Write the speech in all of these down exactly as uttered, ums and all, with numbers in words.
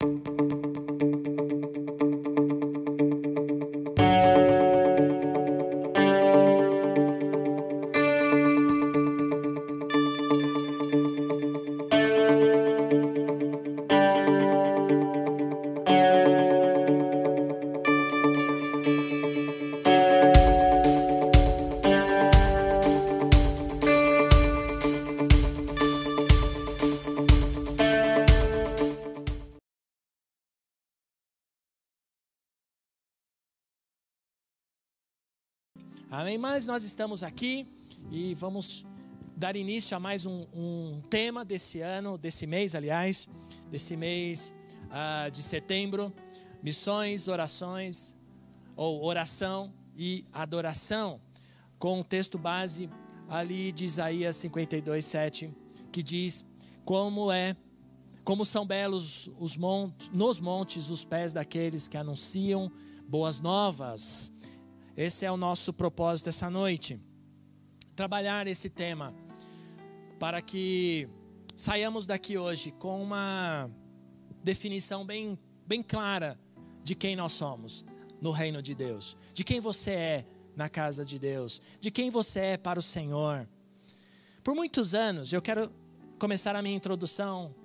Amém? Mas nós estamos aqui e vamos dar início a mais um, um tema desse ano, desse mês, aliás, desse mês uh, de setembro. Missões, orações, ou oração e adoração, com o texto base ali de Isaías cinquenta e dois, sete, que diz: como é, como são belos os montes, nos montes os pés daqueles que anunciam boas novas. Esse é o nosso propósito essa noite, trabalhar esse tema, para que saiamos daqui hoje com uma definição bem, bem clara de quem nós somos no reino de Deus, de quem você é na casa de Deus, de quem você é para o Senhor. Por muitos anos, eu quero começar a minha introdução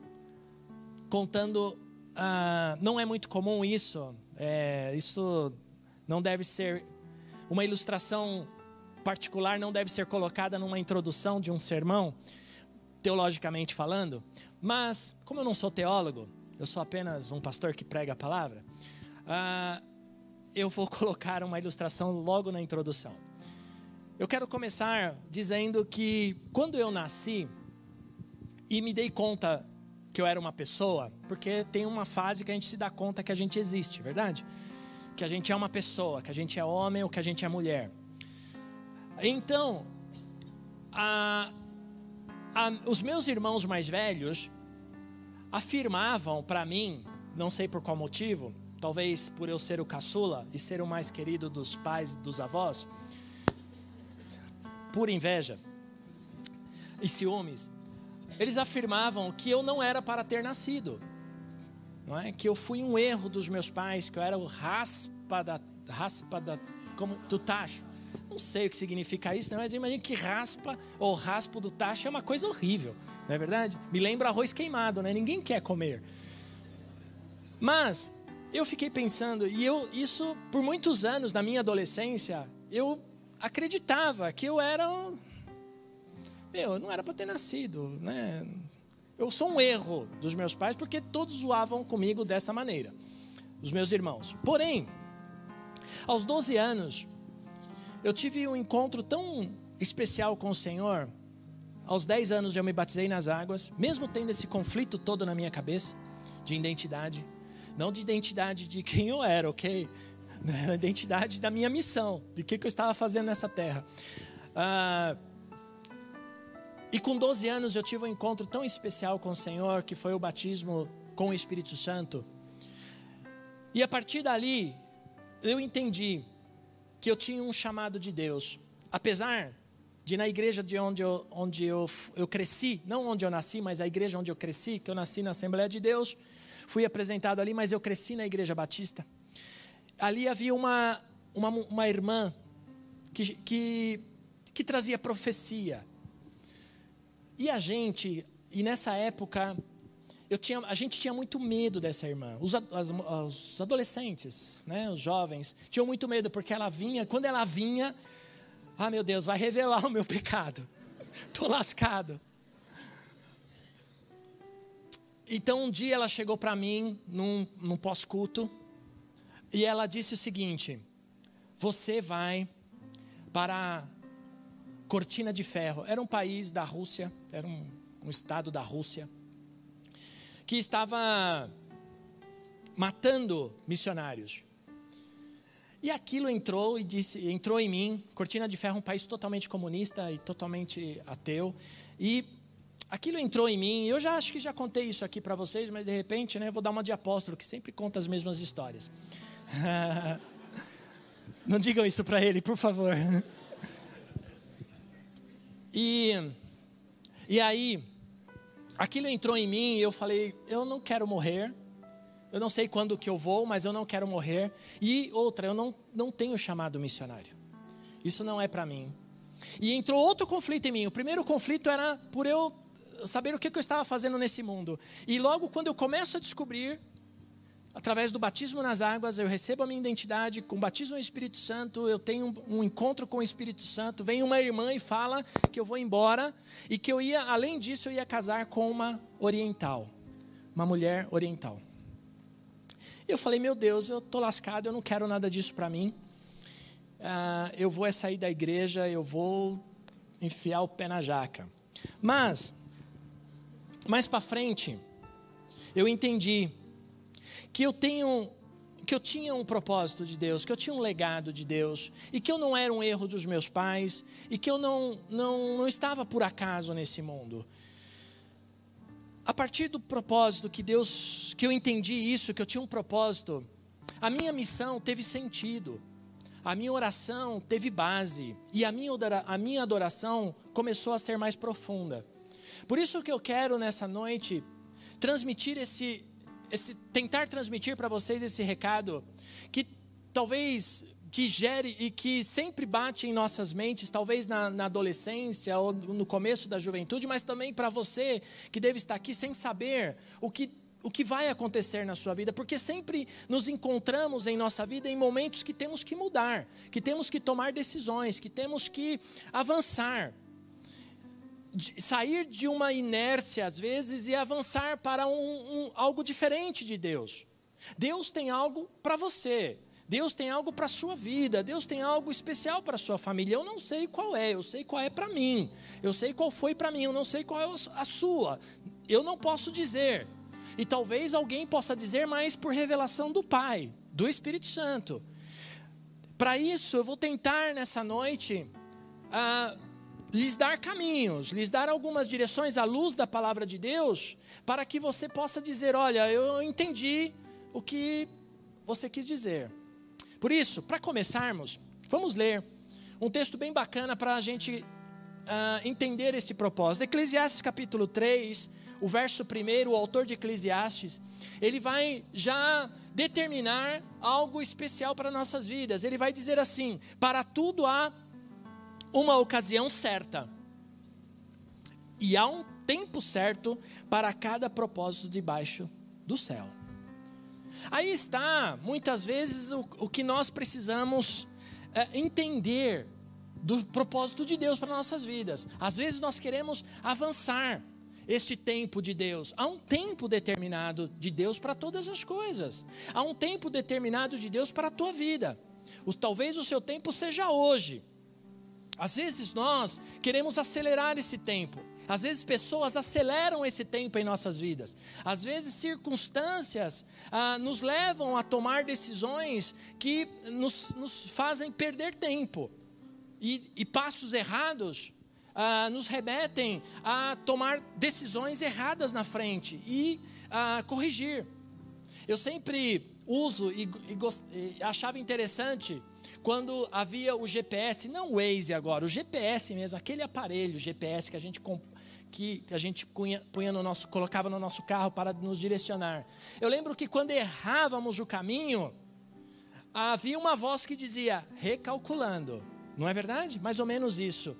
contando, uh, não é muito comum isso, é, isso não deve ser... Uma ilustração particular não deve ser colocada numa introdução de um sermão, teologicamente falando. Mas, como eu não sou teólogo, eu sou apenas um pastor que prega a palavra, uh, eu vou colocar uma ilustração logo na introdução. Eu quero começar dizendo que quando eu nasci e me dei conta que eu era uma pessoa, porque tem uma fase que a gente se dá conta que a gente existe, verdade? Que a gente é uma pessoa, que a gente é homem ou que a gente é mulher. Então, a, a, os meus irmãos mais velhos afirmavam para mim, não sei por qual motivo, talvez por eu ser o caçula e ser o mais querido dos pais e dos avós, por inveja e ciúmes, eles afirmavam que eu não era para ter nascido. Não é? Que eu fui um erro dos meus pais, que eu era o raspa da, raspa da, como, do tacho. Não sei o que significa isso, né? Mas imagina que raspa ou raspo do tacho é uma coisa horrível, não é verdade? Me lembra arroz queimado, né? Ninguém quer comer. Mas eu fiquei pensando, e eu, isso por muitos anos na minha adolescência, eu acreditava que eu era, meu, eu não era para ter nascido, né? Eu sou um erro dos meus pais, porque todos zoavam comigo dessa maneira, os meus irmãos. Porém, aos doze anos, eu tive um encontro tão especial com o Senhor. Aos dez anos eu me batizei nas águas, mesmo tendo esse conflito todo na minha cabeça, de identidade. Não de identidade de quem eu era, ok? A identidade da minha missão, de que, que eu estava fazendo nessa terra. Ah... E com doze anos eu tive um encontro tão especial com o Senhor, que foi o batismo com o Espírito Santo. E a partir dali, eu entendi que eu tinha um chamado de Deus. Apesar de na igreja de onde, eu, onde eu, eu cresci, não onde eu nasci, mas a igreja onde eu cresci, que eu nasci na Assembleia de Deus, fui apresentado ali, mas eu cresci na Igreja Batista. Ali havia uma, uma, uma irmã que, que, que trazia profecia. E a gente, e nessa época, eu tinha, a gente tinha muito medo dessa irmã. Os, as, os adolescentes, né, os jovens, tinham muito medo, porque ela vinha, quando ela vinha, ah meu Deus, vai revelar o meu pecado. Estou lascado. Então um dia ela chegou para mim, num, num pós-culto, e ela disse o seguinte: você vai para Cortina de Ferro. Era um país da Rússia, era um, um estado da Rússia, que estava matando missionários. E aquilo entrou e disse, entrou em mim. Cortina de Ferro, um país totalmente comunista e totalmente ateu. E aquilo entrou em mim. Eu já acho que já contei isso aqui para vocês, mas de repente, né, vou dar uma de apóstolo, que sempre conta as mesmas histórias. Não digam isso para ele, por favor. E, e aí, aquilo entrou em mim e eu falei, eu não quero morrer, eu não sei quando que eu vou, mas eu não quero morrer. E outra, eu não, não tenho chamado missionário. Isso não é para mim. E entrou outro conflito em mim. O primeiro conflito era por eu saber o que eu estava fazendo nesse mundo. E logo quando eu começo a descobrir, através do batismo nas águas, eu recebo a minha identidade, com o batismo no Espírito Santo, eu tenho um, um encontro com o Espírito Santo, vem uma irmã e fala que eu vou embora, e que eu ia, além disso, eu ia casar com uma oriental, uma mulher oriental. Eu falei, meu Deus, eu estou lascado, eu não quero nada disso para mim. Uh, eu vou é sair da igreja, eu vou enfiar o pé na jaca. Mas, mais para frente, eu entendi que eu tenho, que eu tinha um propósito de Deus, que eu tinha um legado de Deus, e que eu não era um erro dos meus pais, e que eu não, não, não estava por acaso nesse mundo. A partir do propósito que Deus, que eu entendi isso, que eu tinha um propósito, a minha missão teve sentido, a minha oração teve base, e a minha, a minha adoração começou a ser mais profunda. Por isso que eu quero nessa noite transmitir esse, esse tentar transmitir para vocês esse recado, que talvez que gere e que sempre bate em nossas mentes, talvez na, na adolescência ou no começo da juventude, mas também para você que deve estar aqui sem saber o que, o que vai acontecer na sua vida, porque sempre nos encontramos em nossa vida em momentos que temos que mudar, que temos que tomar decisões, que temos que avançar, de, sair de uma inércia às vezes e avançar para um, um, algo diferente de Deus. Deus tem algo para você. Deus tem algo para a sua vida, Deus tem algo especial para a sua família. Eu não sei qual é, eu sei qual é para mim. Eu sei qual foi para mim, eu não sei qual é a sua. Eu não posso dizer. E talvez alguém possa dizer, mas por revelação do Pai, do Espírito Santo. Para isso, eu vou tentar nessa noite ah, lhes dar caminhos, lhes dar algumas direções à luz da palavra de Deus, para que você possa dizer, olha, eu entendi o que você quis dizer. Por isso, para começarmos, vamos ler um texto bem bacana para a gente uh, entender esse propósito. Eclesiastes capítulo três, o verso primeiro, o autor de Eclesiastes, ele vai já determinar algo especial para nossas vidas. Ele vai dizer assim, para tudo há uma ocasião certa, e há um tempo certo para cada propósito debaixo do céu. Aí está, muitas vezes, o, o que nós precisamos é, entender do propósito de Deus para nossas vidas. Às vezes nós queremos avançar este tempo de Deus. Há um tempo determinado de Deus para todas as coisas. Há um tempo determinado de Deus para a tua vida. O, talvez o seu tempo seja hoje. Às vezes nós queremos acelerar esse tempo. Às vezes pessoas aceleram esse tempo em nossas vidas. Às vezes circunstâncias ah, nos levam a tomar decisões que nos, nos fazem perder tempo. E, e passos errados ah, nos remetem a tomar decisões erradas na frente e a corrigir. Eu sempre uso e, e, gost, e achava interessante quando havia o G P S, não o Waze agora, o G P S mesmo, aquele aparelho G P S que a gente comprou, que a gente punha, punha no nosso, colocava no nosso carro para nos direcionar. Eu lembro que quando errávamos o caminho, havia uma voz que dizia, recalculando. Não é verdade? Mais ou menos isso.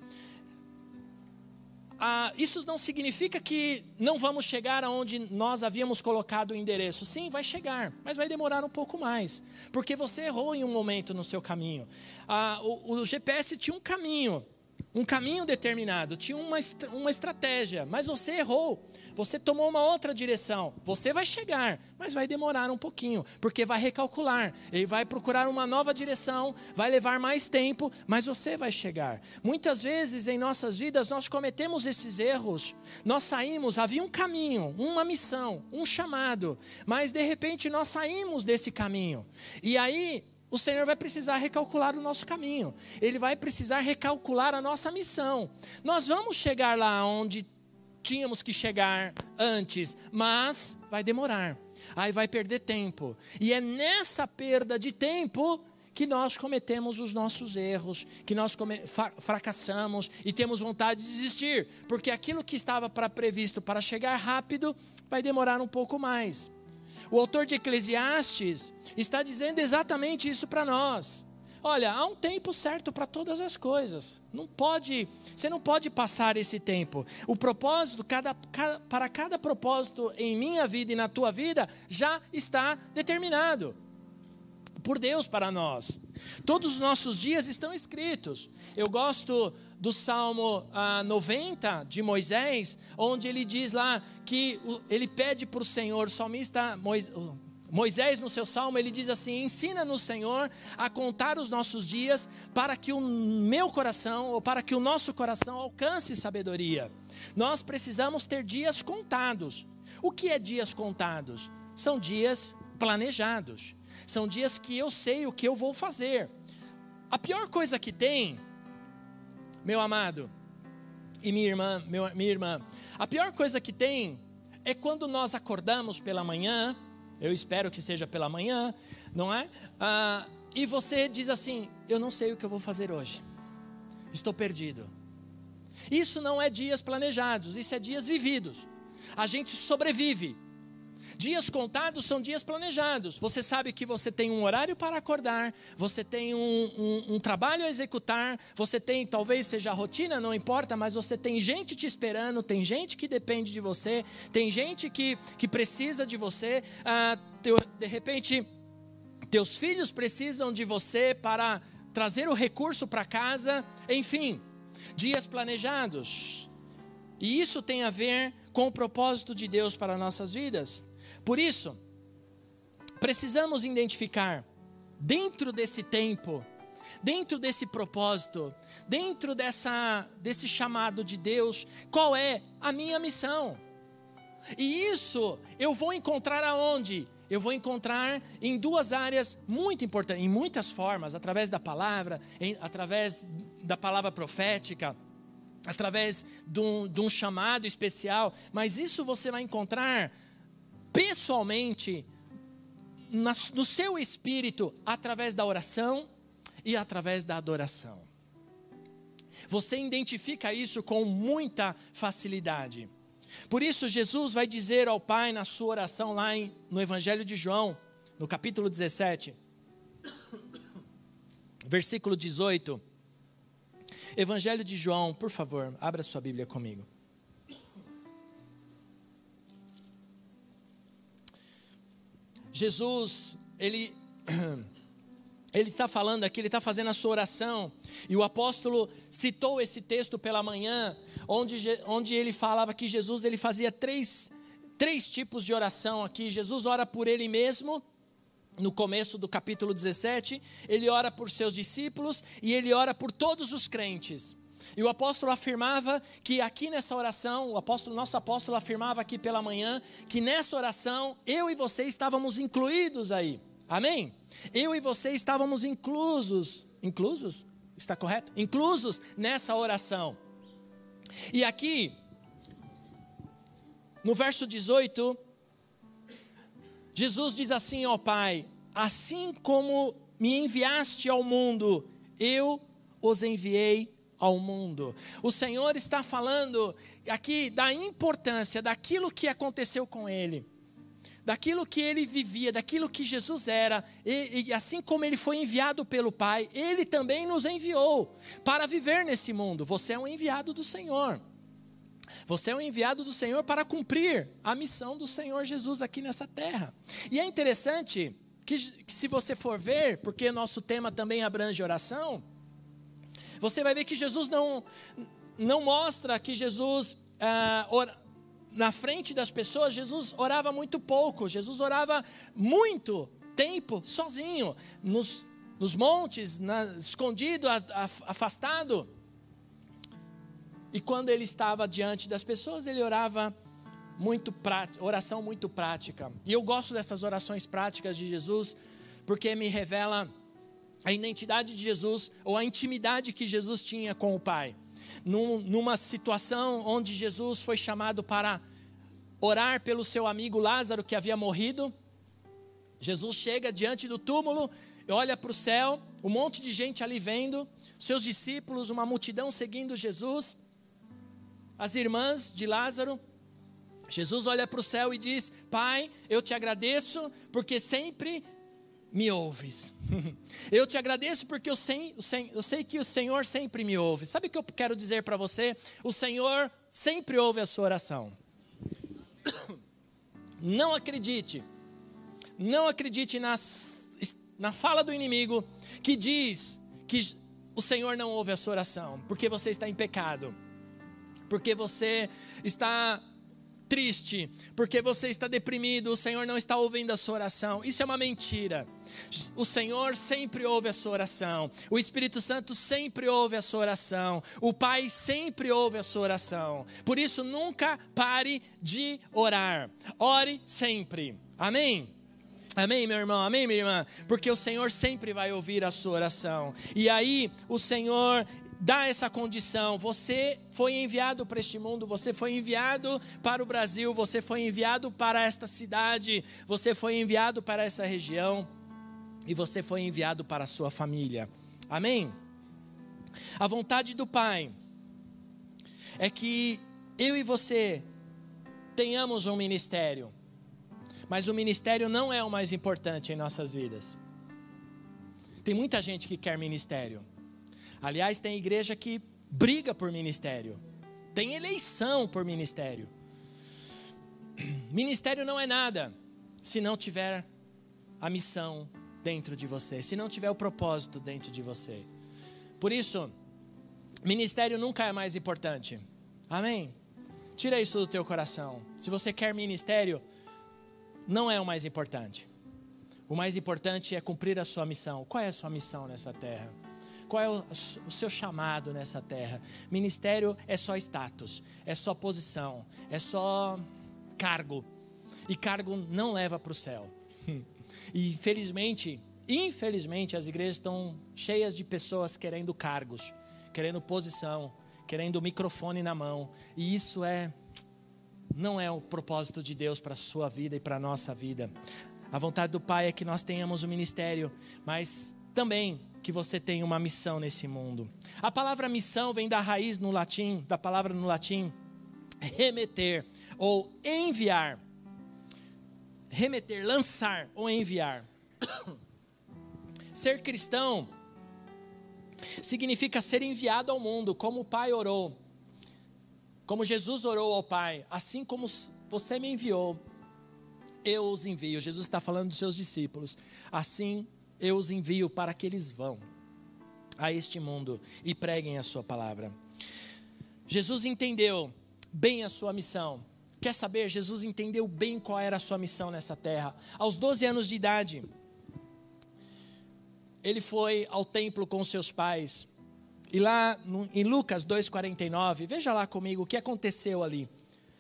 Ah, isso não significa que não vamos chegar aonde nós havíamos colocado o endereço. Sim, vai chegar, mas vai demorar um pouco mais. Porque você errou em um momento no seu caminho. Ah, o, o G P S tinha um caminho. Um caminho determinado, tinha uma, uma estratégia, mas você errou, você tomou uma outra direção, você vai chegar, mas vai demorar um pouquinho, porque vai recalcular, ele vai procurar uma nova direção, vai levar mais tempo, mas você vai chegar. Muitas vezes em nossas vidas nós cometemos esses erros, nós saímos, havia um caminho, uma missão, um chamado, mas de repente nós saímos desse caminho, e aí o Senhor vai precisar recalcular o nosso caminho. Ele vai precisar recalcular a nossa missão. Nós vamos chegar lá onde tínhamos que chegar antes, mas vai demorar. Aí vai perder tempo. E é nessa perda de tempo que nós cometemos os nossos erros, que nós come- fracassamos e temos vontade de desistir. Porque aquilo que estava para previsto para chegar rápido, vai demorar um pouco mais. O autor de Eclesiastes está dizendo exatamente isso para nós. Olha, há um tempo certo para todas as coisas. Não pode, você não pode passar esse tempo. O propósito, cada, cada, para cada propósito em minha vida e na tua vida, já está determinado por Deus para nós. Todos os nossos dias estão escritos. Eu gosto do Salmo ah, noventa de Moisés, onde ele diz lá que o, ele pede para o Senhor, o salmista Moisés, Moisés no seu salmo, ele diz assim: ensina-nos, Senhor, a contar os nossos dias para que o meu coração, ou para que o nosso coração alcance sabedoria. Nós precisamos ter dias contados. O que é dias contados? São dias planejados. São dias que eu sei o que eu vou fazer. A pior coisa que tem, meu amado e minha irmã, meu, minha irmã, a pior coisa que tem é quando nós acordamos pela manhã, eu espero que seja pela manhã, não é? Ah, e você diz assim: eu não sei o que eu vou fazer hoje, estou perdido. Isso não é dias planejados, isso é dias vividos. A gente sobrevive. Dias contados são dias planejados. Você sabe que você tem um horário para acordar, você tem um, um, um trabalho a executar, você tem, talvez seja a rotina, não importa, mas você tem gente te esperando, tem gente que depende de você, tem gente que, que precisa de você. Ah, teu, de repente, teus filhos precisam de você para trazer o recurso para casa. Enfim, dias planejados. E isso tem a ver com o propósito de Deus para nossas vidas. Por isso, precisamos identificar, dentro desse tempo, dentro desse propósito, dentro dessa, desse chamado de Deus, qual é a minha missão. E isso eu vou encontrar aonde? Eu vou encontrar em duas áreas muito importantes, em muitas formas, através da palavra, em, através da palavra profética, através de um, de um chamado especial, mas isso você vai encontrar pessoalmente, na, no seu espírito, através da oração e através da adoração. Você identifica isso com muita facilidade. Por isso Jesus vai dizer ao Pai na sua oração lá em, no Evangelho de João, no capítulo dezessete, versículo dezoito. Evangelho de João, por favor, abra sua Bíblia comigo. Jesus, ele ele está falando aqui, ele está fazendo a sua oração, e o apóstolo citou esse texto pela manhã, onde, onde ele falava que Jesus ele fazia três, três tipos de oração aqui. Jesus ora por ele mesmo, no começo do capítulo dezessete, ele ora por seus discípulos e ele ora por todos os crentes. E o apóstolo afirmava que aqui nessa oração, o apóstolo, nosso apóstolo afirmava aqui pela manhã, que nessa oração, eu e você estávamos incluídos aí. Amém? Eu e você estávamos inclusos, inclusos? Está correto? Inclusos nessa oração. E aqui, no verso dezoito, Jesus diz assim ao Pai: assim como me enviaste ao mundo, eu os enviei ao mundo. O Senhor está falando aqui da importância daquilo que aconteceu com ele, daquilo que ele vivia, daquilo que Jesus era, e, e assim como ele foi enviado pelo Pai, ele também nos enviou para viver nesse mundo. Você é um enviado do Senhor. Você é um enviado do Senhor para cumprir a missão do Senhor Jesus aqui nessa terra. E é interessante que, que se você for ver, porque nosso tema também abrange oração, você vai ver que Jesus não, não mostra que Jesus, ah, ora, na frente das pessoas, Jesus orava muito pouco. Jesus orava muito tempo sozinho, nos, nos montes, na, escondido, a, a, afastado. E quando ele estava diante das pessoas, ele orava muito prática, oração muito prática. E eu gosto dessas orações práticas de Jesus, porque me revela a identidade de Jesus, ou a intimidade que Jesus tinha com o Pai. Num, numa situação onde Jesus foi chamado para orar pelo seu amigo Lázaro, que havia morrido, Jesus chega diante do túmulo, olha para o céu, um monte de gente ali vendo, seus discípulos, uma multidão seguindo Jesus, as irmãs de Lázaro, Jesus olha para o céu e diz: Pai, eu te agradeço porque sempre me ouves. Eu te agradeço porque eu sei, eu sei que o Senhor sempre me ouve. Sabe o que eu quero dizer para você? O Senhor sempre ouve a sua oração. Não acredite, não acredite nas, na fala do inimigo que diz que o Senhor não ouve a sua oração, porque você está em pecado, porque você está triste, porque você está deprimido, o Senhor não está ouvindo a sua oração. Isso é uma mentira. O Senhor sempre ouve a sua oração, o Espírito Santo sempre ouve a sua oração, o Pai sempre ouve a sua oração. Por isso nunca pare de orar, ore sempre, amém? Amém, meu irmão, amém, minha irmã? Porque o Senhor sempre vai ouvir a sua oração. E aí o Senhor dá essa condição: você foi enviado para este mundo, você foi enviado para o Brasil, você foi enviado para esta cidade, você foi enviado para essa região, e você foi enviado para a sua família, amém? A vontade do Pai é que eu e você tenhamos um ministério, mas o ministério não é o mais importante em nossas vidas. Tem muita gente que quer ministério. Aliás, tem igreja que briga por ministério. Tem eleição por ministério. Ministério não é nada se não tiver a missão dentro de você, se não tiver o propósito dentro de você. Por isso, ministério nunca é mais importante. Amém? Tira isso do teu coração. Se você quer ministério, não é o mais importante. O mais importante é cumprir a sua missão. Qual é a sua missão nessa terra? Qual é o, o seu chamado nessa terra? Ministério é só status, é só posição, é só cargo. E cargo não leva para o céu. E infelizmente, infelizmente as igrejas estão cheias de pessoas querendo cargos, querendo posição, querendo microfone na mão. E isso é, não é o propósito de Deus para a sua vida e para a nossa vida. A vontade do Pai é que nós tenhamos um ministério, mas também que você tenha uma missão nesse mundo. A palavra missão vem da raiz no latim, da palavra no latim, remeter ou enviar. Remeter, lançar ou enviar. Ser cristão significa ser enviado ao mundo, como o Pai orou. Como Jesus orou ao Pai, assim como você me enviou, eu os envio. Jesus está falando dos seus discípulos. Assim eu os envio para que eles vão a este mundo e preguem a sua palavra. Jesus entendeu bem a sua missão. Quer saber? Jesus entendeu bem qual era a sua missão nessa terra. Aos doze anos de idade, ele foi ao templo com seus pais. E lá no, em Lucas dois, quarenta e nove, veja lá comigo o que aconteceu ali.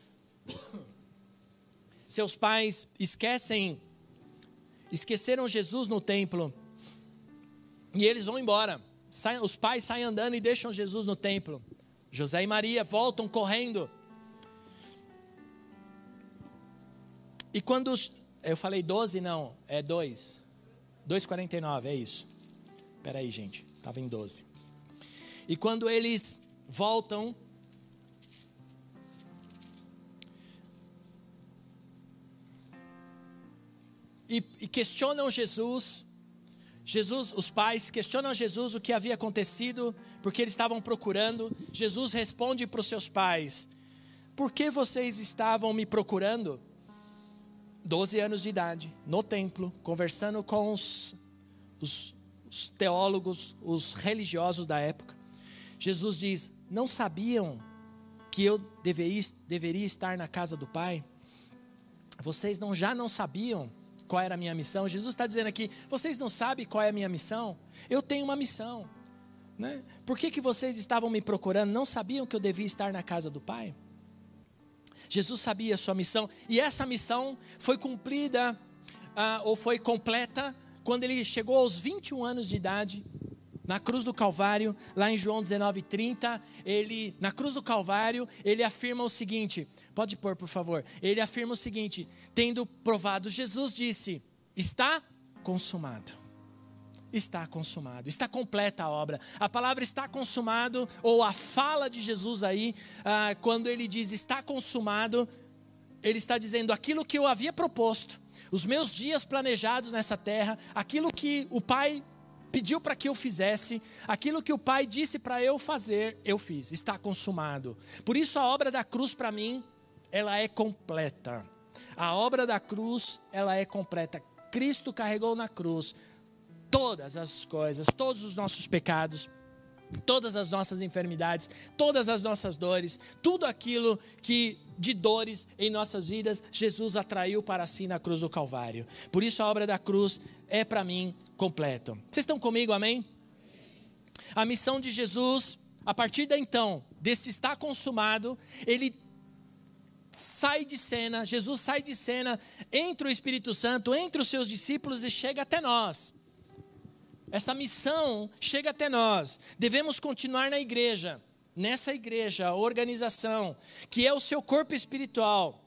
Seus pais esquecem, esqueceram Jesus no templo. E eles vão embora. Saem, os pais saem andando e deixam Jesus no templo. José e Maria voltam correndo. E quando, eu falei doze, não, é dois. dois, quarenta e nove, é isso. Espera aí, gente, estava em doze. E quando eles voltam, e, e questionam Jesus, Jesus, os pais questionam Jesus o que havia acontecido, porque eles estavam procurando. Jesus responde para os seus pais: por que vocês estavam me procurando? doze anos de idade, no templo, conversando com os, os, os teólogos, os religiosos da época. Jesus diz: não sabiam que eu deveria, deveria estar na casa do Pai? Vocês não, já não sabiam qual era a minha missão? Jesus está dizendo aqui: vocês não sabem qual é a minha missão? Eu tenho uma missão, né? Por que que vocês estavam me procurando? Não sabiam que eu devia estar na casa do Pai? Jesus sabia a sua missão, e essa missão foi cumprida, ah, ou foi completa, quando ele chegou aos vinte e um anos de idade, na cruz do Calvário, lá em João dezenove, trinta, ele, na cruz do Calvário, ele afirma o seguinte, pode pôr por favor, ele afirma o seguinte: tendo provado, Jesus disse, está consumado. Está consumado, está completa a obra. A palavra está consumado, ou a fala de Jesus aí, ah, quando ele diz está consumado, ele está dizendo, aquilo que eu havia proposto, os meus dias planejados nessa terra, aquilo que o Pai pediu para que eu fizesse, aquilo que o Pai disse para eu fazer, eu fiz, está consumado. Por isso a obra da cruz para mim, ela é completa. A obra da cruz, ela é completa. Cristo carregou na cruz todas as coisas, todos os nossos pecados, todas as nossas enfermidades, todas as nossas dores, tudo aquilo que de dores em nossas vidas, Jesus atraiu para si na cruz do Calvário. Por isso a obra da cruz é para mim completa. Vocês estão comigo, amém? A missão de Jesus, a partir de então, desse está consumado, ele sai de cena, Jesus sai de cena, entra o Espírito Santo, entre os seus discípulos e chega até nós. Essa missão chega até nós. Devemos continuar na igreja, nessa igreja, a organização, que é o seu corpo espiritual.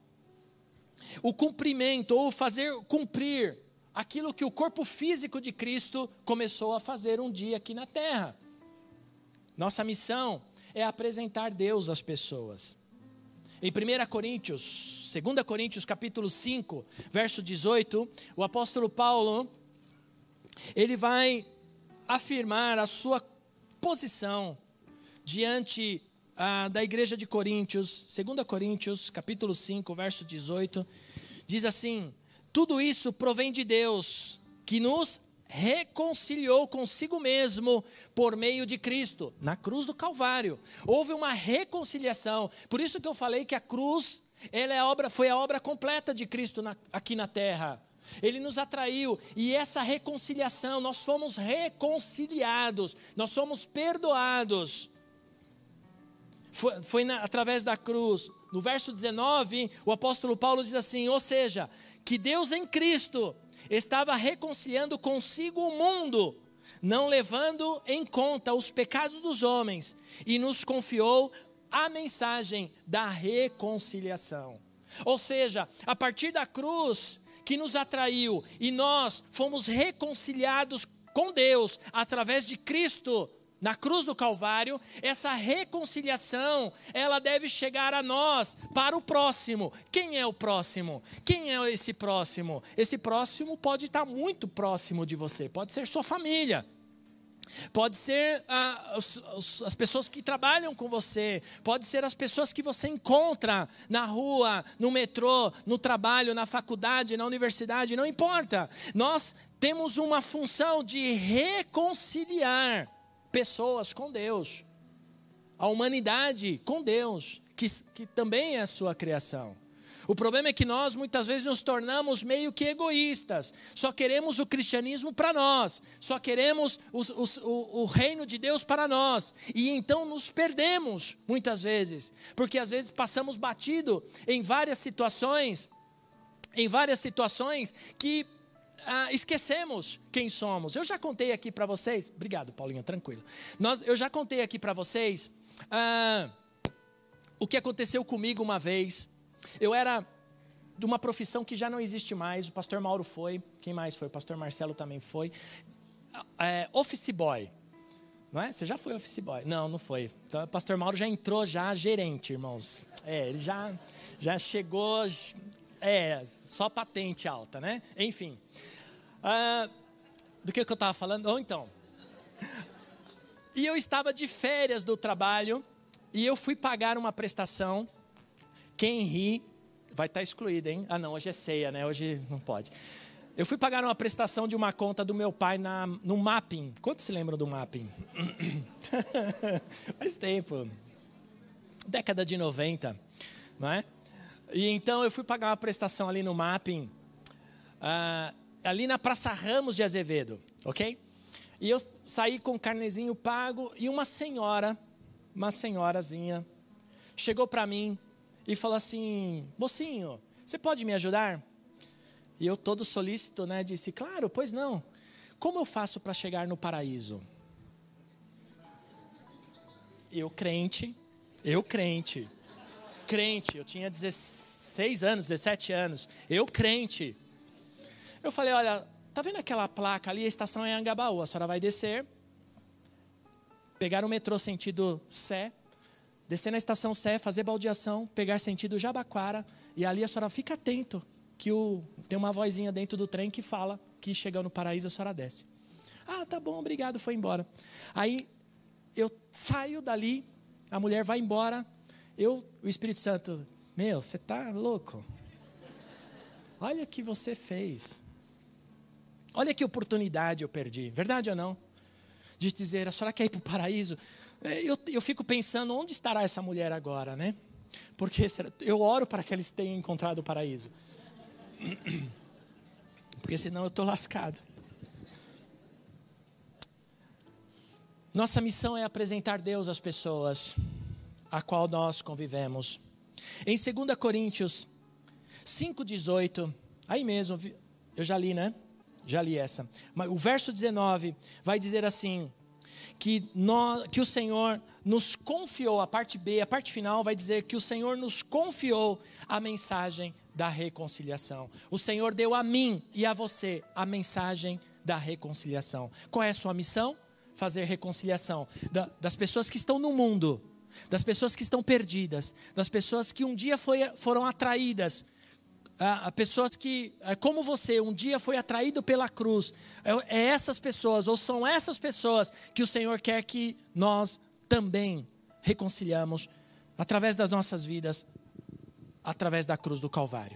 O cumprimento, ou fazer cumprir aquilo que o corpo físico de Cristo começou a fazer um dia aqui na terra. Nossa missão é apresentar Deus às pessoas. Em primeira Coríntios, segunda Coríntios capítulo cinco, verso dezoito, o apóstolo Paulo, ele vai afirmar a sua posição diante ah, da igreja de Coríntios. segunda Coríntios capítulo cinco, verso dezoito, diz assim: tudo isso provém de Deus, que nos reconciliou consigo mesmo por meio de Cristo, na cruz do Calvário. Houve uma reconciliação. Por isso que eu falei que a cruz, ela é a obra, foi a obra completa de Cristo na, aqui na terra. Ele nos atraiu, e essa reconciliação, nós fomos reconciliados, nós fomos perdoados. Foi, foi na, através da cruz. No verso dezenove, o apóstolo Paulo diz assim: ou seja, que Deus em Cristo estava reconciliando consigo o mundo, não levando em conta os pecados dos homens, e nos confiou a mensagem da reconciliação. Ou seja, a partir da cruz que nos atraiu, e nós fomos reconciliados com Deus através de Cristo na cruz do Calvário, essa reconciliação, ela deve chegar a nós, para o próximo. Quem é o próximo? Quem é esse próximo? Esse próximo pode estar muito próximo de você, pode ser sua família, pode ser ah, as, as pessoas que trabalham com você, pode ser as pessoas que você encontra na rua, no metrô, no trabalho, na faculdade, na universidade, não importa. Nós temos uma função de reconciliar pessoas com Deus, a humanidade com Deus, que, que também é a sua criação. O problema é que nós muitas vezes nos tornamos meio que egoístas, só queremos o cristianismo para nós, só queremos o, o, o reino de Deus para nós, e então nos perdemos muitas vezes, porque às vezes passamos batido em várias situações, em várias situações que Ah, esquecemos quem somos. Eu já contei aqui para vocês, obrigado Paulinho, tranquilo. Nós, eu já contei aqui para vocês ah, o que aconteceu comigo uma vez. Eu era de uma profissão que já não existe mais, o pastor Mauro foi, quem mais foi? O pastor Marcelo também foi. É, office boy, não é? Você já foi office boy? Não, não foi. Então, o pastor Mauro já entrou já gerente, irmãos. É, ele já, já chegou, é, só patente alta, né? Enfim. Ah, do que, que eu estava falando? Ou então, e eu estava de férias do trabalho, e eu fui pagar uma prestação. Quem ri vai estar excluído, hein? Ah não, hoje é ceia, né? Hoje não pode. Eu fui pagar uma prestação de uma conta do meu pai na, no Mapping. Quantos se lembram do Mapping? Faz tempo. Década de noventa, não é? E então eu fui pagar uma prestação ali no Mapping, ah, ali na Praça Ramos de Azevedo, ok? E eu saí com o carnezinho pago, e uma senhora, uma senhorazinha, chegou para mim e falou assim: mocinho, você pode me ajudar? E eu todo solícito, né, disse: claro, pois não. Como eu faço para chegar no paraíso? Eu crente, eu crente, crente, eu tinha dezesseis anos, dezessete anos, eu crente. Eu falei: olha, tá vendo aquela placa ali, a estação é Anhangabaú, a senhora vai descer, pegar o metrô sentido Sé, descer na estação Sé, fazer baldeação, pegar sentido Jabaquara, e ali a senhora fica atento, que o, tem uma vozinha dentro do trem que fala que chegando no Paraíso a senhora desce. Ah, tá bom, obrigado, foi embora. Aí eu saio dali, a mulher vai embora, eu, o Espírito Santo, meu, você tá louco? Olha o que você fez. Olha que oportunidade eu perdi, verdade ou não? De dizer, a senhora quer ir para o paraíso? Eu, eu fico pensando, onde estará essa mulher agora, né? Porque eu oro para que eles tenham encontrado o paraíso. Porque senão eu estou lascado. Nossa missão é apresentar Deus às pessoas a qual nós convivemos. Em dois Coríntios cinco, dezoito, aí mesmo, eu já li, né? Já li essa. Mas o verso dezenove vai dizer assim, que, nós, que o Senhor nos confiou, a parte B, a parte final vai dizer que o Senhor nos confiou a mensagem da reconciliação. O Senhor deu a mim e a você a mensagem da reconciliação. Qual é a sua missão? Fazer reconciliação da, das pessoas que estão no mundo, das pessoas que estão perdidas, das pessoas que um dia foi, foram atraídas, a pessoas que, como você, um dia foi atraído pela cruz. É, é essas pessoas, ou são essas pessoas que o Senhor quer que nós também reconciliamos através das nossas vidas, através da cruz do Calvário.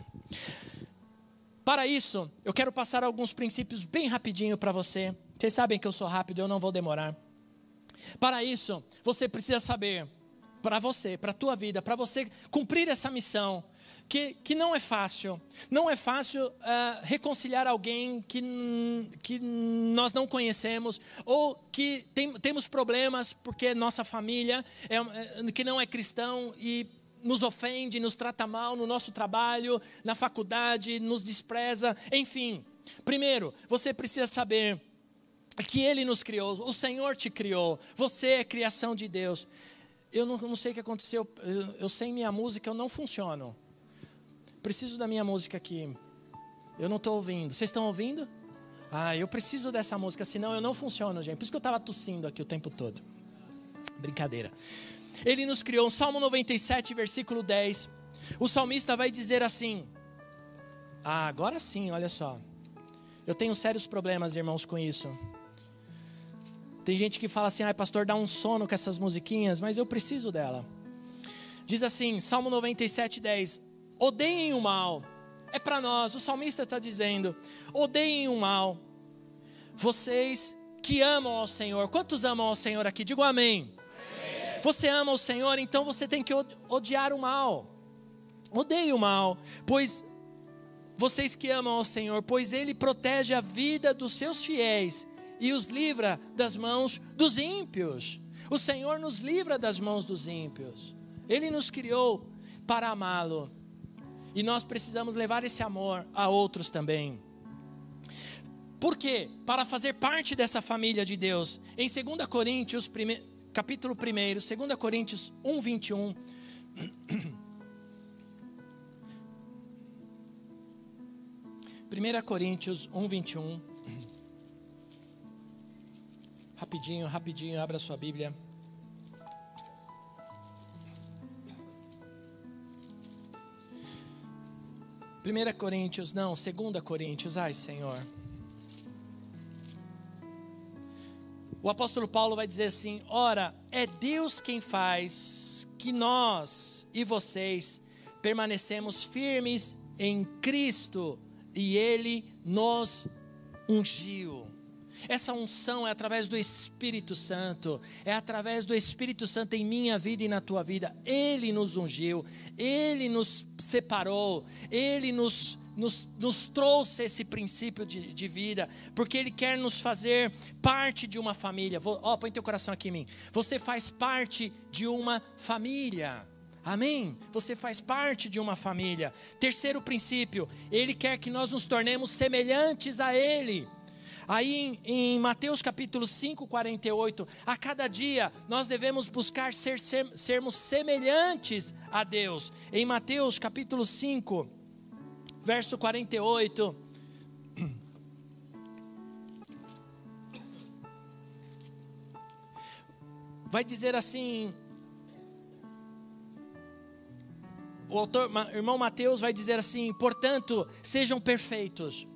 Para isso, eu quero passar alguns princípios bem rapidinho para você. Vocês sabem que eu sou rápido, eu não vou demorar. Para isso, você precisa saber, para você, para a tua vida, para você cumprir essa missão, que, que não é fácil. Não é fácil uh, reconciliar alguém que, que nós não conhecemos, ou que tem, temos problemas porque nossa família é, que não é cristão e nos ofende, nos trata mal no nosso trabalho, na faculdade, nos despreza, enfim. Primeiro, você precisa saber que Ele nos criou, o Senhor te criou, você é criação de Deus. Eu não, não sei o que aconteceu, eu, eu sem minha música eu não funciono. Preciso da minha música aqui, eu não estou ouvindo, vocês estão ouvindo? Ah, eu preciso dessa música, senão eu não funciono, gente, por isso que eu estava tossindo aqui o tempo todo. Brincadeira. Ele nos criou, Salmo noventa e sete, versículo dez, o salmista vai dizer assim, ah, agora sim, olha só, eu tenho sérios problemas, irmãos, com isso. Tem gente que fala assim, ai pastor, dá um sono com essas musiquinhas, mas eu preciso dela. Diz assim, Salmo noventa e sete, dez, odeiem o mal, é para nós, o salmista está dizendo, odeiem o mal, vocês que amam ao Senhor. Quantos amam ao Senhor aqui? Digo amém. Amém. Você ama o Senhor, então você tem que odiar o mal. Odeie o mal, pois vocês que amam ao Senhor, pois Ele protege a vida dos seus fiéis e os livra das mãos dos ímpios. O Senhor nos livra das mãos dos ímpios. Ele nos criou para amá-lo. E nós precisamos levar esse amor a outros também. Por quê? Para fazer parte dessa família de Deus. Em dois Coríntios, prime... capítulo um, dois Coríntios um, vinte e um. primeira Coríntios um, vinte e um. Rapidinho, rapidinho, abra sua Bíblia. primeira Coríntios, não, dois Coríntios, ai Senhor. O apóstolo Paulo vai dizer assim, ora, é Deus quem faz que nós e vocês permanecemos firmes em Cristo e Ele nos ungiu. Essa unção é através do Espírito Santo, é através do Espírito Santo em minha vida e na tua vida. Ele nos ungiu, Ele nos separou, Ele nos, nos, nos trouxe esse princípio de, de vida, porque Ele quer nos fazer parte de uma família. Ó, oh, põe teu coração aqui em mim. Você faz parte de uma família. Amém? Você faz parte de uma família. Terceiro princípio, Ele quer que nós nos tornemos semelhantes a Ele. Aí em, em Mateus capítulo cinco, quarenta e oito, a cada dia nós devemos buscar ser, ser, sermos semelhantes a Deus. Em Mateus capítulo cinco, verso quarenta e oito, vai dizer assim, o autor, o irmão Mateus vai dizer assim: portanto, sejam perfeitos,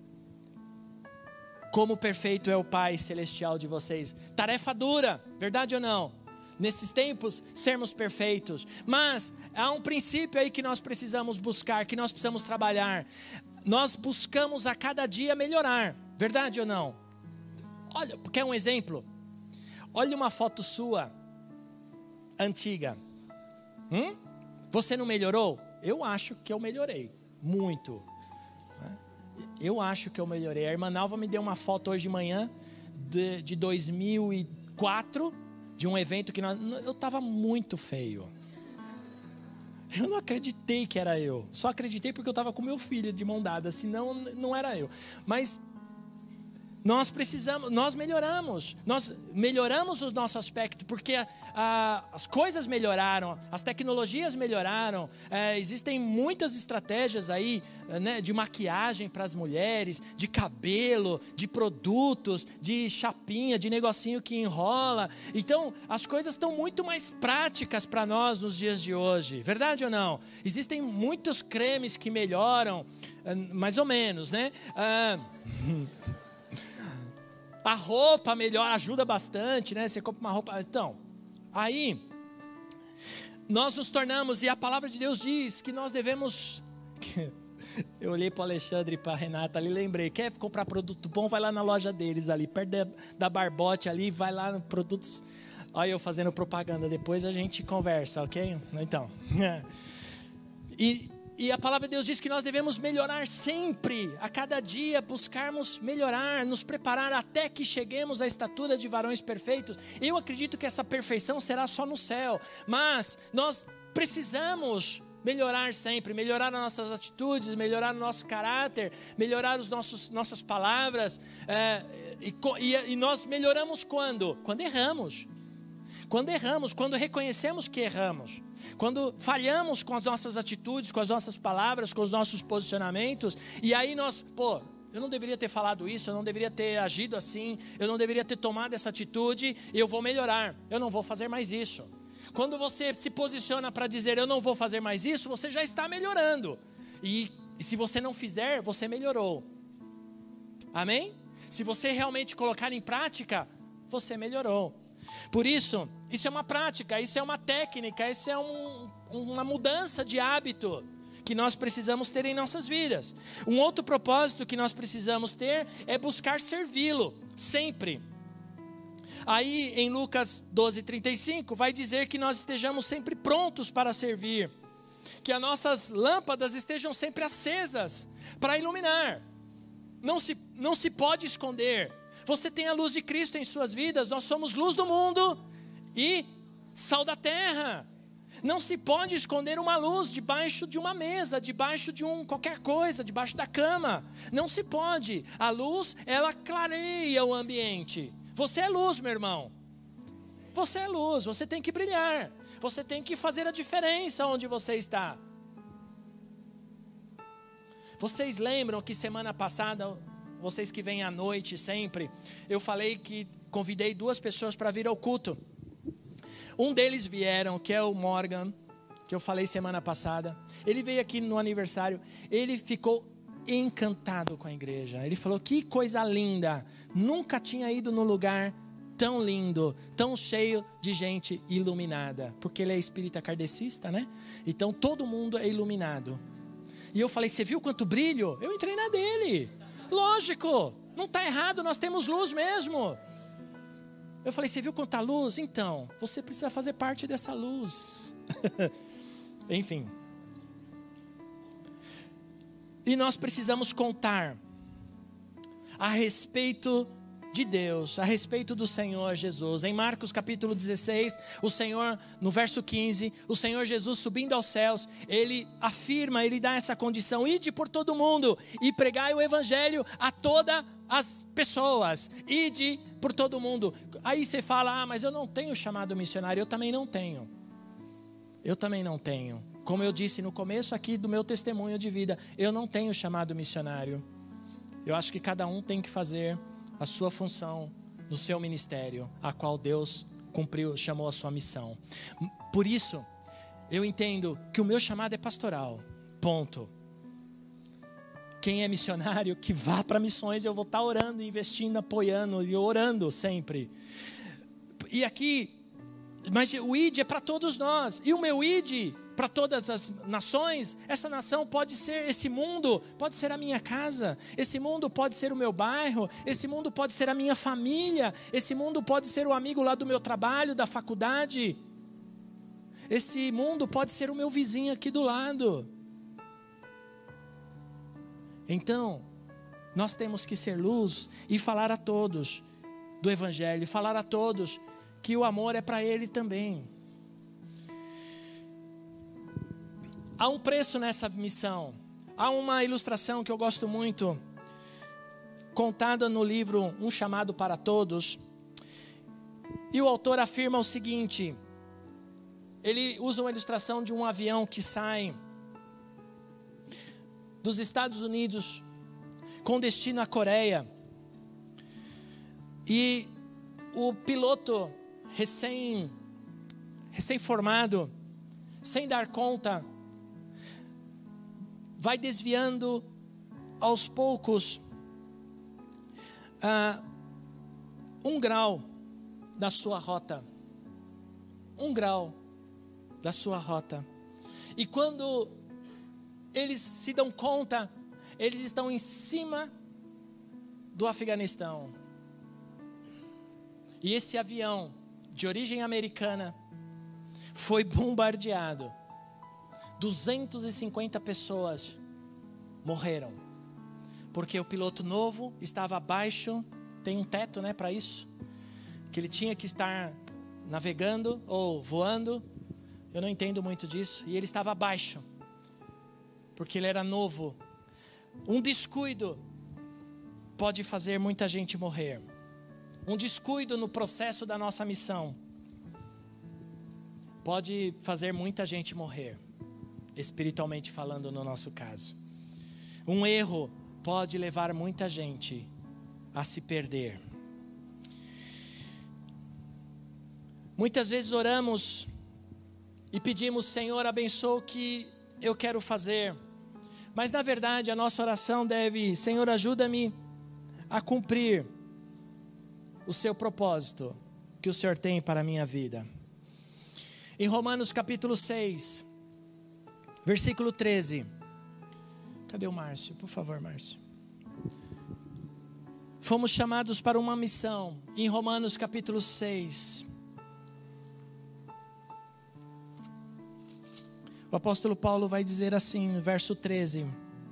como perfeito é o Pai Celestial de vocês. Tarefa dura, verdade ou não? Nesses tempos, sermos perfeitos. Mas há um princípio aí que nós precisamos buscar, que nós precisamos trabalhar. Nós buscamos a cada dia melhorar, verdade ou não? Olha, quer um exemplo? Olha uma foto sua, antiga. Hum? Você não melhorou? Eu acho que eu melhorei, muito. Eu acho que eu melhorei. A irmã Nalva me deu uma foto hoje de manhã, de, de dois mil e quatro, de um evento que nós, eu estava muito feio. Eu não acreditei que era eu. Só acreditei porque eu estava com meu filho de mão dada, senão não era eu. Mas nós precisamos, nós melhoramos. Nós melhoramos o nosso aspecto, porque a, a, as coisas melhoraram, as tecnologias melhoraram. É, existem muitas estratégias aí, né, de maquiagem para as mulheres, de cabelo, de produtos, de chapinha, de negocinho que enrola. Então, as coisas estão muito mais práticas para nós nos dias de hoje. Verdade ou não? Existem muitos cremes que melhoram, mais ou menos, né? Ah, a roupa melhor, ajuda bastante, né? Você compra uma roupa. Então, aí, nós nos tornamos, e a palavra de Deus diz que nós devemos. Eu olhei para o Alexandre e para a Renata ali, lembrei: quer comprar produto bom? Vai lá na loja deles ali, perto da, da Barbote ali, vai lá no produtos. Olha eu fazendo propaganda, depois a gente conversa, ok? Então, e. E a palavra de Deus diz que nós devemos melhorar sempre, a cada dia, buscarmos melhorar, nos preparar até que cheguemos à estatura de varões perfeitos. Eu acredito que essa perfeição será só no céu, mas nós precisamos melhorar sempre, melhorar as nossas atitudes, melhorar o nosso caráter, melhorar os nossos, nossas palavras. É, e, e, e nós melhoramos quando? Quando erramos. Quando erramos, quando reconhecemos que erramos, quando falhamos com as nossas atitudes, com as nossas palavras, com os nossos posicionamentos, e aí nós, pô, eu não deveria ter falado isso, eu não deveria ter agido assim, eu não deveria ter tomado essa atitude, eu vou melhorar, eu não vou fazer mais isso. Quando você se posiciona para dizer eu não vou fazer mais isso, você já está melhorando, e, e se você não fizer, você melhorou. Amém? Se você realmente colocar em prática, você melhorou. Por isso, isso é uma prática, isso é uma técnica, isso é um, uma mudança de hábito que nós precisamos ter em nossas vidas. Um outro propósito que nós precisamos ter é buscar servi-lo, sempre. Aí em Lucas doze, trinta e cinco, vai dizer que nós estejamos sempre prontos para servir, que as nossas lâmpadas estejam sempre acesas para iluminar, não se, não se pode esconder. Você tem a luz de Cristo em suas vidas, nós somos luz do mundo e sal da terra. Não se pode esconder uma luz debaixo de uma mesa, debaixo de um qualquer coisa, debaixo da cama. Não se pode. A luz, ela clareia o ambiente. Você é luz, meu irmão. Você é luz, você tem que brilhar. Você tem que fazer a diferença onde você está. Vocês lembram que semana passada, vocês que vêm à noite sempre, eu falei que convidei duas pessoas para vir ao culto. Um deles vieram, que é o Morgan, que eu falei semana passada. Ele veio aqui no aniversário, ele ficou encantado com a igreja. Ele falou, que coisa linda, nunca tinha ido num lugar tão lindo, tão cheio de gente iluminada. Porque ele é espírita kardecista, né? Então todo mundo é iluminado. E eu falei, você viu quanto brilho? Eu entrei na dele. Lógico, não está errado, nós temos luz mesmo. Eu falei, você viu quanta luz? Então, você precisa fazer parte dessa luz. Enfim. E nós precisamos contar a respeito de Deus, a respeito do Senhor Jesus. Em Marcos capítulo dezesseis, o Senhor, no verso quinze, o Senhor Jesus subindo aos céus, ele afirma, ele dá essa condição: ide por todo mundo e pregai o evangelho a todas as pessoas, ide por todo mundo. Aí você fala, ah, mas eu não tenho chamado missionário. Eu também não tenho, eu também não tenho. Como eu disse no começo aqui do meu testemunho de vida, eu não tenho chamado missionário. Eu acho que cada um tem que fazer a sua função no seu ministério, a qual Deus cumpriu, chamou a sua missão. Por isso, eu entendo que o meu chamado é pastoral, ponto. Quem é missionário, que vá para missões, eu vou estar orando, investindo, apoiando e orando sempre. E aqui, mas o I D é para todos nós, e o meu I D para todas as nações. Essa nação pode ser, esse mundo pode ser a minha casa, esse mundo pode ser o meu bairro, esse mundo pode ser a minha família, esse mundo pode ser o amigo lá do meu trabalho, da faculdade, esse mundo pode ser o meu vizinho aqui do lado. Então, nós temos que ser luz e falar a todos do Evangelho, falar a todos que o amor é para ele também. Há um preço nessa missão. Há uma ilustração que eu gosto muito, contada no livro Um Chamado para Todos. E o autor afirma o seguinte: ele usa uma ilustração de um avião que sai dos Estados Unidos com destino à Coreia. E o piloto recém, recém-formado, sem dar conta, vai desviando aos poucos uh, um grau da sua rota. Um grau da sua rota. E quando eles se dão conta, eles estão em cima do Afeganistão. E esse avião, de origem americana, foi bombardeado. duzentas e cinquenta pessoas morreram. Porque o piloto novo estava abaixo, tem um teto, né, para isso, que ele tinha que estar navegando ou voando. Eu não entendo muito disso. E ele estava abaixo, porque ele era novo. Um descuido pode fazer muita gente morrer. Um descuido no processo da nossa missão pode fazer muita gente morrer, espiritualmente falando, no nosso caso. Um erro pode levar muita gente a se perder. Muitas vezes oramos e pedimos: Senhor, abençoa o que eu quero fazer. Mas na verdade a nossa oração deve: Senhor, ajuda-me a cumprir o seu propósito que o Senhor tem para a minha vida. Em Romanos capítulo seis, versículo treze. Cadê o Márcio? Por favor, Márcio. Fomos chamados para uma missão. Em Romanos capítulo seis, o apóstolo Paulo vai dizer assim, no verso treze: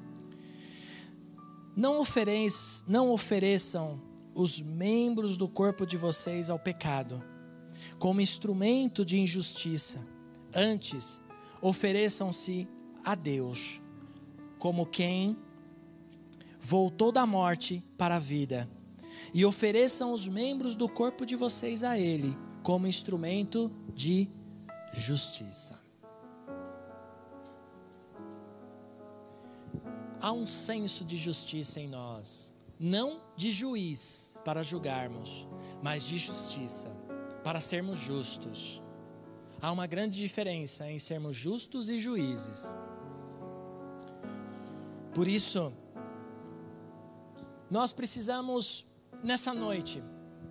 Não ofereçam, não ofereçam os membros do corpo de vocês ao pecado, como instrumento de injustiça. Antes, ofereçam-se a Deus, como quem voltou da morte para a vida. E ofereçam os membros do corpo de vocês a Ele, como instrumento de justiça. Há um senso de justiça em nós, não de juiz para julgarmos, mas de justiça, para sermos justos. Há uma grande diferença em sermos justos e juízes. Por isso, nós precisamos, nessa noite,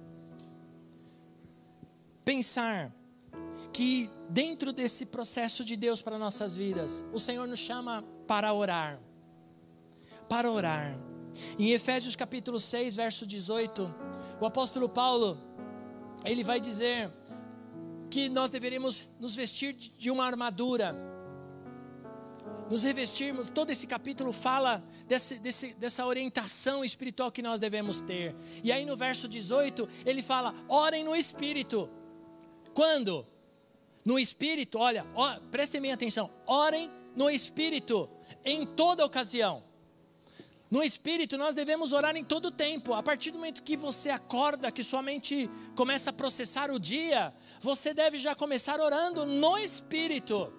pensar que dentro desse processo de Deus para nossas vidas, o Senhor nos chama para orar. Para orar. Em Efésios capítulo seis, verso dezoito, o apóstolo Paulo, ele vai dizer que nós deveríamos nos vestir de uma armadura, nos revestirmos. Todo esse capítulo fala desse, desse, dessa orientação espiritual que nós devemos ter. E aí no verso dezoito, ele fala: orem no Espírito. Quando? No Espírito, olha, ó, prestem bem atenção, orem no Espírito, em toda ocasião. No Espírito nós devemos orar em todo o tempo. A partir do momento que você acorda, que sua mente começa a processar o dia, você deve já começar orando no Espírito.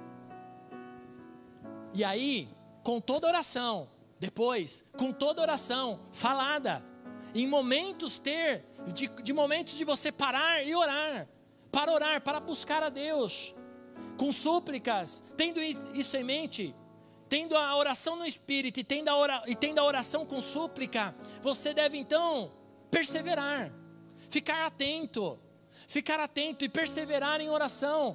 E aí, com toda oração, depois, com toda oração falada, em momentos ter, de, de momentos de você parar e orar, para orar, para buscar a Deus, com súplicas, tendo isso em mente, tendo a oração no Espírito e tendo a, ora, e tendo a oração com súplica, você deve então perseverar, ficar atento, ficar atento e perseverar em oração,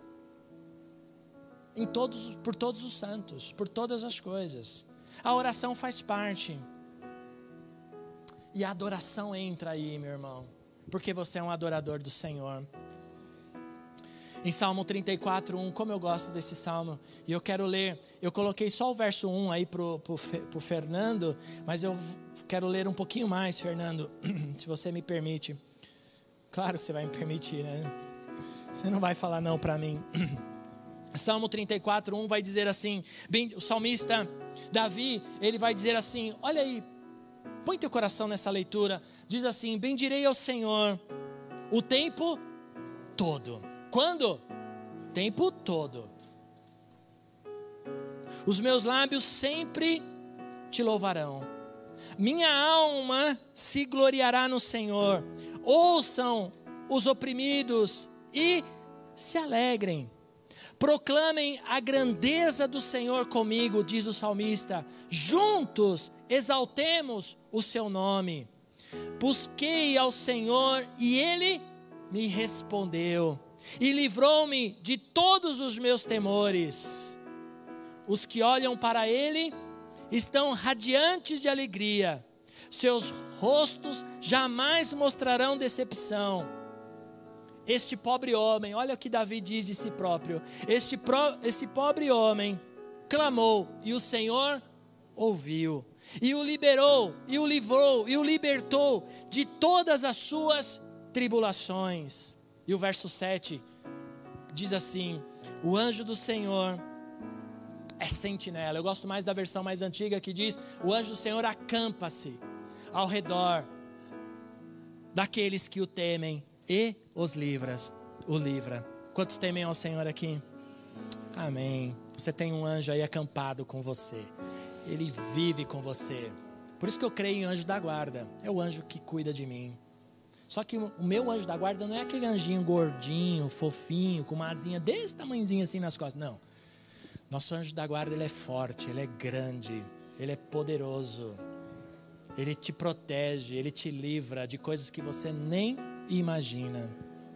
em todos, por todos os santos, por todas as coisas. A oração faz parte, e a adoração entra aí, meu irmão, porque você é um adorador do Senhor. Em Salmo trinta e quatro, um, como eu gosto desse salmo, e eu quero ler, eu coloquei só o verso um aí para o Fernando, mas eu quero ler um pouquinho mais, Fernando, se você me permite. Claro que você vai me permitir, né? Você não vai falar não para mim. Salmo trinta e quatro, um vai dizer assim, bem, o salmista Davi, ele vai dizer assim, olha aí, põe teu coração nessa leitura, diz assim, bendirei ao Senhor o tempo todo. Quando? Tempo todo. Os meus lábios sempre te louvarão. Minha alma se gloriará no Senhor. Ouçam os oprimidos e se alegrem. Proclamem a grandeza do Senhor comigo, diz o salmista. Juntos exaltemos o seu nome. Busquei ao Senhor e Ele me respondeu. E livrou-me de todos os meus temores. Os que olham para Ele estão radiantes de alegria. Seus rostos jamais mostrarão decepção. Este pobre homem, olha o que Davi diz de si próprio. Este, pro, este pobre homem clamou e o Senhor ouviu. E o liberou, e o livrou, e o libertou de todas as suas tribulações. E o verso sete diz assim, o anjo do Senhor é sentinela. Eu gosto mais da versão mais antiga que diz, o anjo do Senhor acampa-se ao redor daqueles que o temem e os livra, o livra. Quantos temem ao Senhor aqui? Amém. Você tem um anjo aí acampado com você. Ele vive com você. Por isso que eu creio em anjo da guarda. É o anjo que cuida de mim. Só que o meu anjo da guarda não é aquele anjinho gordinho, fofinho, com uma asinha desse tamanhozinho assim nas costas. Não. Nosso anjo da guarda, ele é forte, ele é grande, ele é poderoso. Ele te protege, ele te livra de coisas que você nem imagina.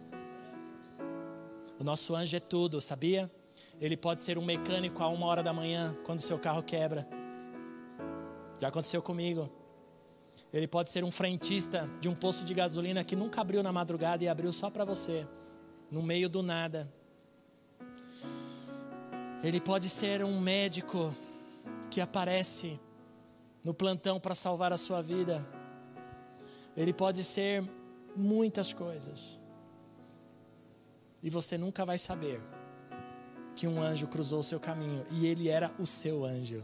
O nosso anjo é tudo, sabia? Ele pode ser um mecânico a uma hora da manhã, quando o seu carro quebra. Já aconteceu comigo. Ele pode ser um frentista de um posto de gasolina que nunca abriu na madrugada e abriu só para você, no meio do nada. Ele pode ser um médico que aparece no plantão para salvar a sua vida. Ele pode ser muitas coisas. E você nunca vai saber que um anjo cruzou o seu caminho e ele era o seu anjo.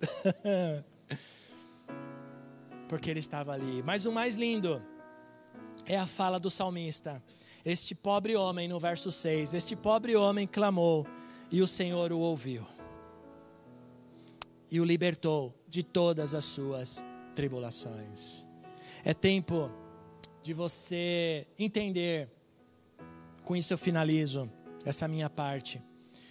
Porque ele estava ali. Mas o mais lindo é a fala do salmista. Este pobre homem, no verso seis, este pobre homem clamou e o Senhor o ouviu. E o libertou de todas as suas tribulações. É tempo de você entender, com isso eu finalizo essa minha parte.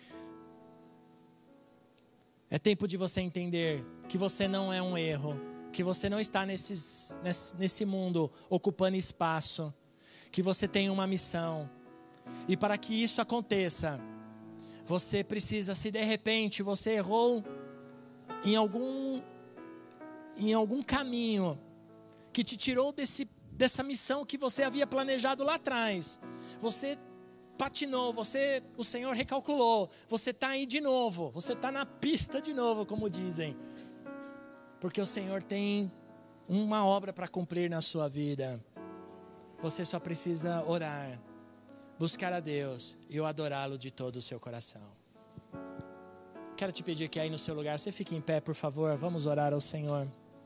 É tempo de você entender que você não é um erro, que você não está nesses, nesse, nesse mundo ocupando espaço, que você tem uma missão. E para que isso aconteça, você precisa, se de repente você errou em algum, em algum caminho que te tirou desse, dessa missão que você havia planejado lá atrás, você patinou, você, o Senhor recalculou, você está aí de novo, você está na pista de novo, como dizem. Porque o Senhor tem uma obra para cumprir na sua vida. Você só precisa orar, buscar a Deus e o adorá-lo de todo o seu coração. Quero te pedir que aí no seu lugar, você fique em pé, por favor. Vamos orar ao Senhor.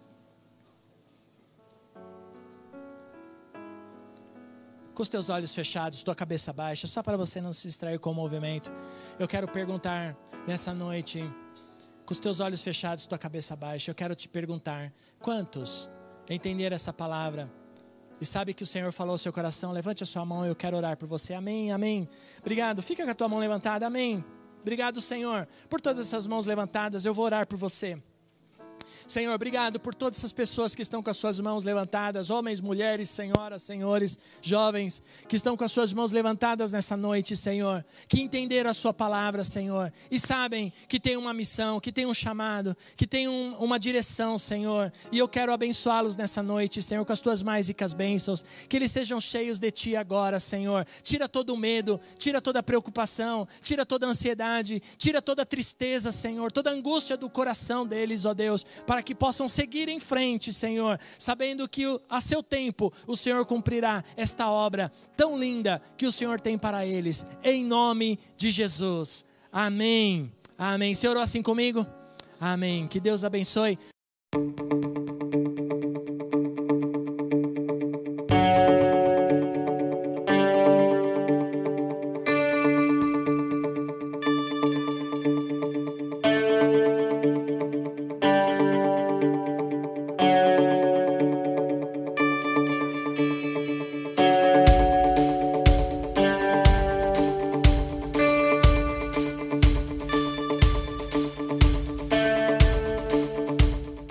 Com os teus olhos fechados, tua cabeça baixa, só para você não se distrair com o movimento. Eu quero perguntar nessa noite, com os teus olhos fechados, tua cabeça baixa, eu quero te perguntar, quantos entenderam essa palavra? e sabe que o Senhor falou ao seu coração, levante a sua mão, eu quero orar por você. Amém, amém. Obrigado, fica com a tua mão levantada, amém. Obrigado, Senhor, por todas essas mãos levantadas, eu vou orar por você. Senhor, obrigado por todas essas pessoas que estão com as suas mãos levantadas, homens, mulheres, senhoras, senhores, jovens, que estão com as suas mãos levantadas nessa noite, Senhor, que entenderam a sua palavra, Senhor, e sabem que tem uma missão, que tem um chamado, que tem um, uma direção, Senhor, e eu quero abençoá-los nessa noite, Senhor, com as tuas mais ricas bênçãos, que eles sejam cheios de Ti agora, Senhor. Tira todo o medo, tira toda a preocupação, tira toda a ansiedade, tira toda a tristeza, Senhor, toda a angústia do coração deles, ó Deus, para que possam seguir em frente, Senhor, sabendo que a seu tempo o Senhor cumprirá esta obra tão linda que o Senhor tem para eles, em nome de Jesus, amém, amém. Você orou assim comigo? Amém, que Deus abençoe.